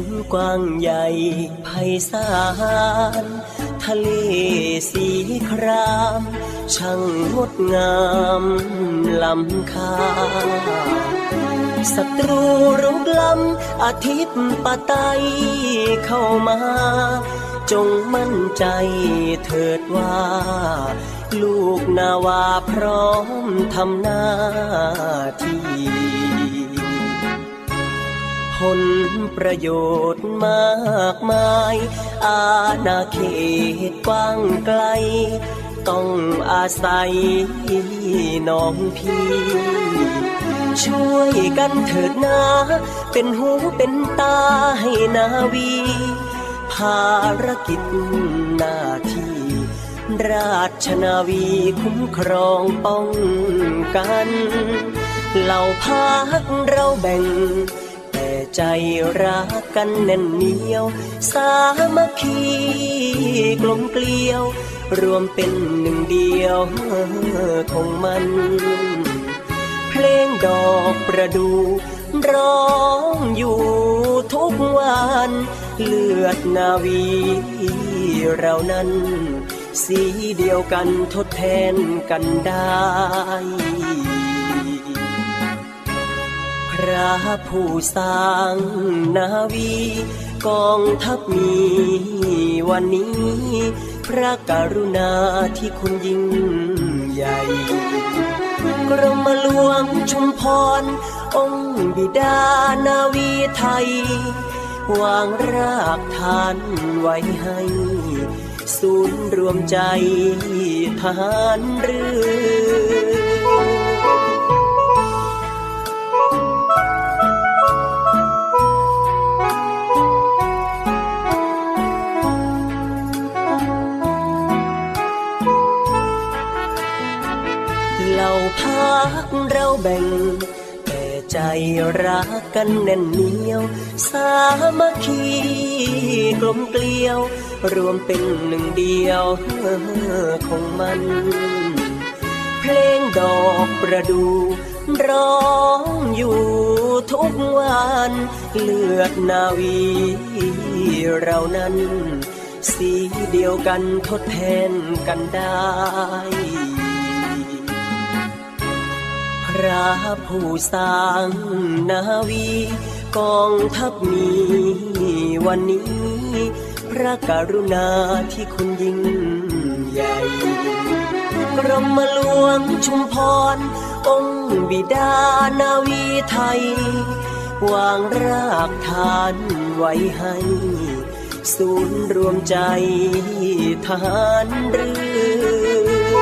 กว้างใหญ่ไพศาลทะเลสีครามช่างงดงามล้ำค่าศัตรูรุกล้ำอาทิตย์ปะไตเข้ามาจงมั่นใจเถิดว่าลูกนาวาพร้อมทำหน้าที่ผลประโยชน์มากมายอาณาเขตกว้างไกลต้องอาศัยน้องพี่ช่วยกันเถิดนาเป็นหูเป็นตาให้นาวีภารกิจหน้าที่ราชนาวีคุ้มครองป้องกันเหล่าพักเราแบ่งแต่ใจรักกันแน่นเหนียวสามัคคีกลมเกลียวรวมเป็นหนึ่งเดียวของมันเพลงดอกประดู่ร้องอยู่ทุกวันเลือดนาวีเรานั้นสีเดียวกันทดแทนกันได้พระผู้สร้างนาวีกองทัพมีวันนี้พระกรุณาที่คุณยิ่งใหญ่กรมหลวงชุมพรองค์บิดานาวีไทยวางรากฐานไว้ให้ศูนย์รวมใจทหารเรือเหล่าพักเราแบ่งแต่ใจรักกันแน่นเหนียวสามัคคีกลมเกลียวรวมเป็นหนึ่งเดียวของมันเพลงดอกประดู่ร้องอยู่ทุกวันเลือดนาวีเรานั้นสีเดียวกันทดแทนกันได้พระผู้สร้างนาวีกองทัพมีวันนี้พระกรุณาที่คุณยิ่งใหญ่กรมหลวงชุมพรองค์บิดานาวีไทยวางรากฐานไว้ให้ศูนย์รวมใจทหารเรือ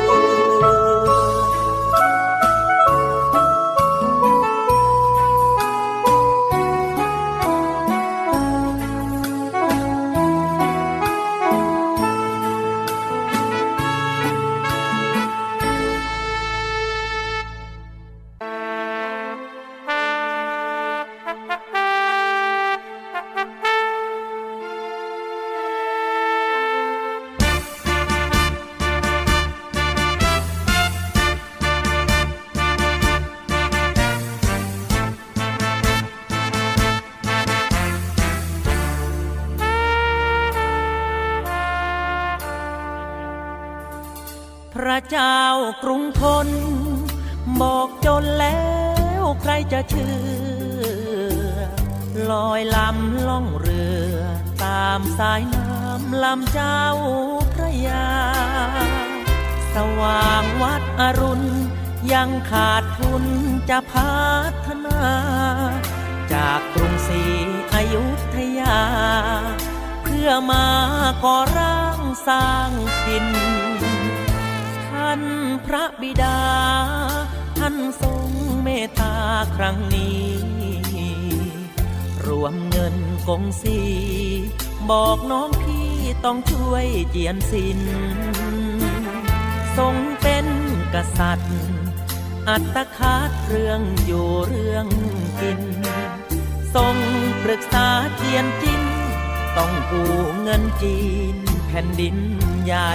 พระเจ้ากรุงธนบอกจนแล้วใครจะเชื่อลอยลำล่องเรือตามสายน้ำลำเจ้าพระยาสว่างวัดอรุณยังขาดทุนจะพัฒนาจากกรุงศรีอยุธยาเพื่อมาก่อร่างสร้างถิ่นท่านพระบิดาท่านทรงเมตตาครั้งนี้รวมเงินกงสีบอกน้องพี่ต้องช่วยเจียนสินทรงเป็นกษัตริย์อัตคัดเรื่องอยู่เรื่องกินทรงปรึกษาเจียนจินต้องกู้เงินจีนแผ่นดินใหญ่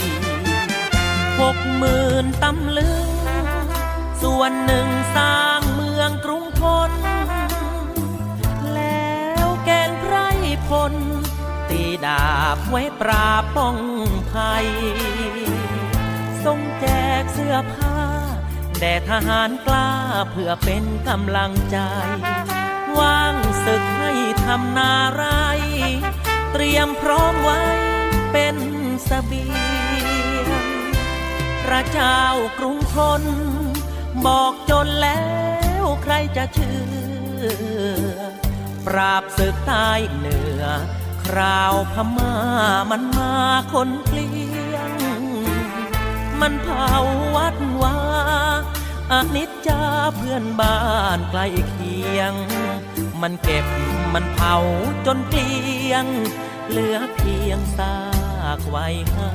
60,000 ตำลึงส่วนหนึ่งสร้างเมืองกรุงธนแล้วแกนพลตีดาบไว้ปราบป้องภัยทรงแจกเสื้อผ้าแด่ทหารกล้าเพื่อเป็นกำลังใจว่างศึกให้ทำนาไรเตรียมพร้อมไว้เป็นเสบียงพระเจ้ากรุงธนบอกจนแล้วใครจะเชื่อปราบศึกใต้เหนือคราวพม่ามันมาคนเกลี้ยงมันเผาวัดวาอนิจจาเพื่อนบ้านใกล้เคียงมันเก็บมันเผาจนเกลี้ยงเหลือเพียงซากไว้ให้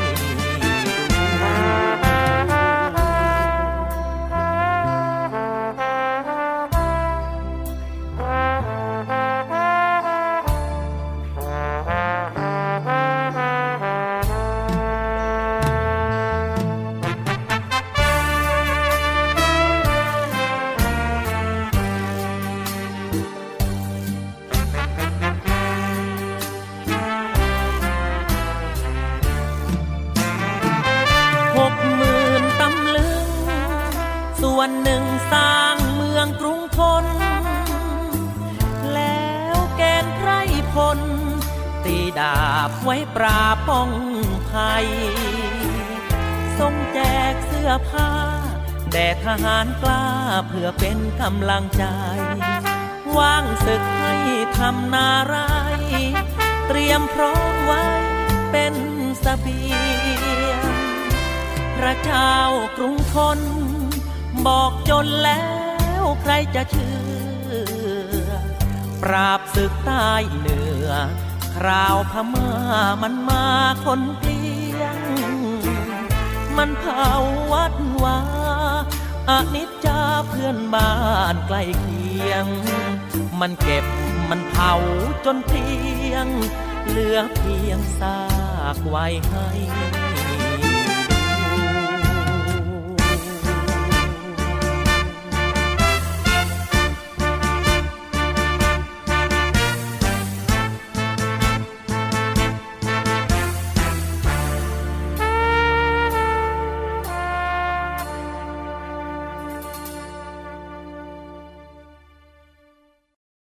วันหนึ่งสร้างเมืองกรุงธนแล้วแกณฑ์ไพร่พลตีดาบไว้ปราบป้องภัยทรงแจกเสื้อผ้าแด่ทหารกล้าเพื่อเป็นกำลังใจว่างศึกให้ทำนาไรเตรียมพร้อมไว้เป็นเสบียงพระเจ้ากรุงธนบอกจนแล้วใครจะเชื่อปราบศึกใต้เหนือคราวพม่ามันมาคนเกลี้ยงมันเผาวัดวาอนิจจาเพื่อนบ้านใกล้เคียงมันเก็บมันเผาจนเกลี้ยงเหลือเพียงซากไว้ให้